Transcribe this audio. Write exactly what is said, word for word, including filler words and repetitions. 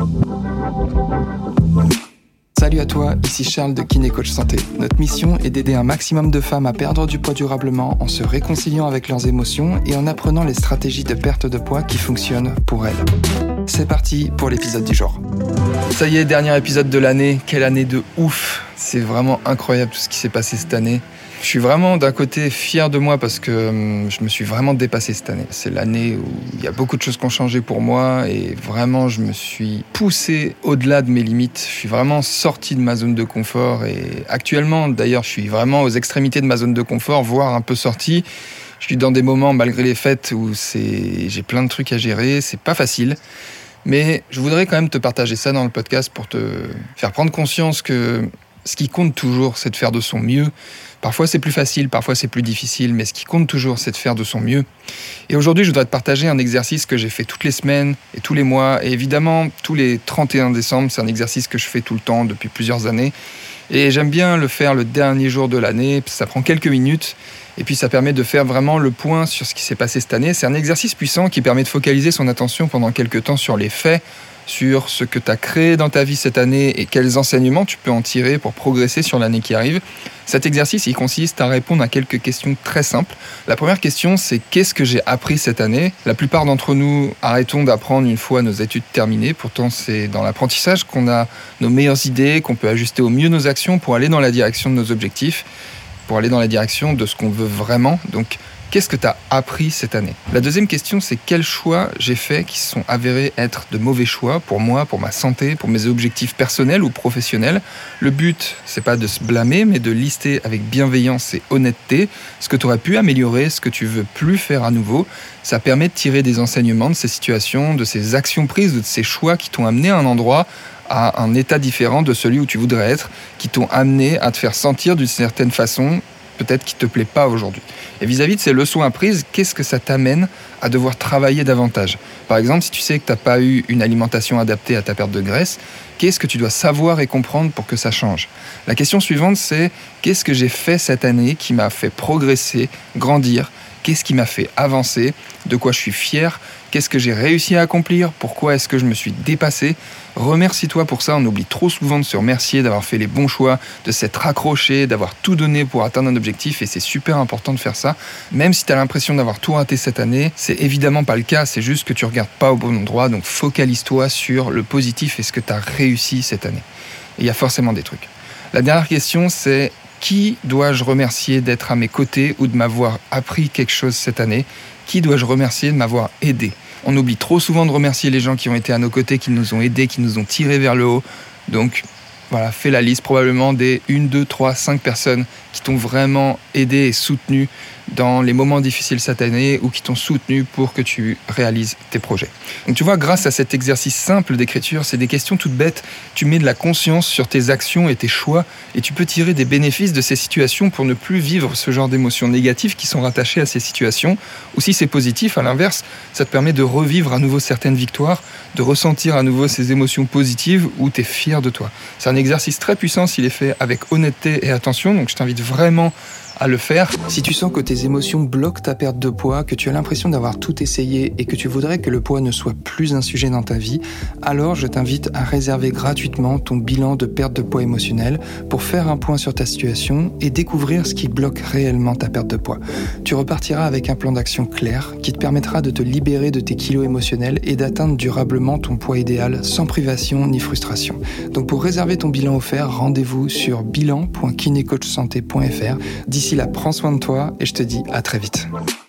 Salut à toi, ici Charles de Kiné Coach Santé. Notre mission est d'aider un maximum de femmes à perdre du poids durablement en se réconciliant avec leurs émotions et en apprenant les stratégies de perte de poids qui fonctionnent pour elles. C'est parti pour l'épisode du jour. Ça y est, dernier épisode de l'année. Quelle année de ouf! C'est vraiment incroyable tout ce qui s'est passé cette année. Je suis vraiment d'un côté fier de moi parce que hum, je me suis vraiment dépassé cette année. C'est l'année où il y a beaucoup de choses qui ont changé pour moi et vraiment je me suis poussé au-delà de mes limites. Je suis vraiment sorti de ma zone de confort et actuellement d'ailleurs je suis vraiment aux extrémités de ma zone de confort, voire un peu sorti. Je suis dans des moments malgré les fêtes où c'est... j'ai plein de trucs à gérer, c'est pas facile. Mais je voudrais quand même te partager ça dans le podcast pour te faire prendre conscience que ce qui compte toujours, c'est de faire de son mieux. Parfois c'est plus facile, parfois c'est plus difficile, mais ce qui compte toujours, c'est de faire de son mieux. Et aujourd'hui, je voudrais te partager un exercice que j'ai fait toutes les semaines et tous les mois. Et évidemment, tous les trente et un décembre, c'est un exercice que je fais tout le temps depuis plusieurs années. Et j'aime bien le faire le dernier jour de l'année, ça prend quelques minutes. Et puis ça permet de faire vraiment le point sur ce qui s'est passé cette année. C'est un exercice puissant qui permet de focaliser son attention pendant quelques temps sur les faits, sur ce que tu as créé dans ta vie cette année et quels enseignements tu peux en tirer pour progresser sur l'année qui arrive. Cet exercice, il consiste à répondre à quelques questions très simples. La première question, c'est qu'est-ce que j'ai appris cette année ? La plupart d'entre nous arrêtons d'apprendre une fois nos études terminées. Pourtant, c'est dans l'apprentissage qu'on a nos meilleures idées, qu'on peut ajuster au mieux nos actions pour aller dans la direction de nos objectifs, pour aller dans la direction de ce qu'on veut vraiment. Donc, qu'est-ce que tu as appris cette année ? La deuxième question, c'est quels choix j'ai faits qui se sont avérés être de mauvais choix pour moi, pour ma santé, pour mes objectifs personnels ou professionnels. Le but, c'est pas de se blâmer, mais de lister avec bienveillance et honnêteté ce que tu aurais pu améliorer, ce que tu veux plus faire à nouveau. Ça permet de tirer des enseignements de ces situations, de ces actions prises, de ces choix qui t'ont amené à un endroit, à un état différent de celui où tu voudrais être, qui t'ont amené à te faire sentir d'une certaine façon, peut-être qui ne te plaît pas aujourd'hui. Et vis-à-vis de ces leçons apprises, qu'est-ce que ça t'amène à devoir travailler davantage ? Par exemple, si tu sais que tu n'as pas eu une alimentation adaptée à ta perte de graisse, qu'est-ce que tu dois savoir et comprendre pour que ça change ? La question suivante, c'est qu'est-ce que j'ai fait cette année qui m'a fait progresser, grandir ? Qu'est-ce qui m'a fait avancer ? De quoi je suis fier ? Qu'est-ce que j'ai réussi à accomplir ? Pourquoi est-ce que je me suis dépassé ? Remercie-toi pour ça. On oublie trop souvent de se remercier, d'avoir fait les bons choix, de s'être accroché, d'avoir tout donné pour atteindre un objectif. Et c'est super important de faire ça. Même si tu as l'impression d'avoir tout raté cette année, c'est évidemment pas le cas. C'est juste que tu regardes pas au bon endroit. Donc focalise-toi sur le positif et ce que tu as réussi cette année. Et il y a forcément des trucs. La dernière question, c'est qui dois-je remercier d'être à mes côtés ou de m'avoir appris quelque chose cette année ? Qui dois-je remercier de m'avoir aidé ? On oublie trop souvent de remercier les gens qui ont été à nos côtés, qui nous ont aidés, qui nous ont tirés vers le haut. Donc voilà, fais la liste probablement des une, deux, trois, cinq personnes qui t'ont vraiment aidé et soutenu dans les moments difficiles cette année ou qui t'ont soutenu pour que tu réalises tes projets. Donc tu vois, grâce à cet exercice simple d'écriture, c'est des questions toutes bêtes, tu mets de la conscience sur tes actions et tes choix et tu peux tirer des bénéfices de ces situations pour ne plus vivre ce genre d'émotions négatives qui sont rattachées à ces situations. Ou si c'est positif, à l'inverse, ça te permet de revivre à nouveau certaines victoires, de ressentir à nouveau ces émotions positives où tu es fier de toi. C'est un exercice très puissant s'il est fait avec honnêteté et attention, donc je t'invite vraiment à le faire. Si tu sens que tes émotions bloquent ta perte de poids, que tu as l'impression d'avoir tout essayé et que tu voudrais que le poids ne soit plus un sujet dans ta vie, alors je t'invite à réserver gratuitement ton bilan de perte de poids émotionnel pour faire un point sur ta situation et découvrir ce qui bloque réellement ta perte de poids. Tu repartiras avec un plan d'action clair qui te permettra de te libérer de tes kilos émotionnels et d'atteindre durablement ton poids idéal sans privation ni frustration. Donc pour réserver ton bilan offert, rendez-vous sur bilan point kiné coach santé point f r. D'ici là, prends soin de toi et je te dis à très vite.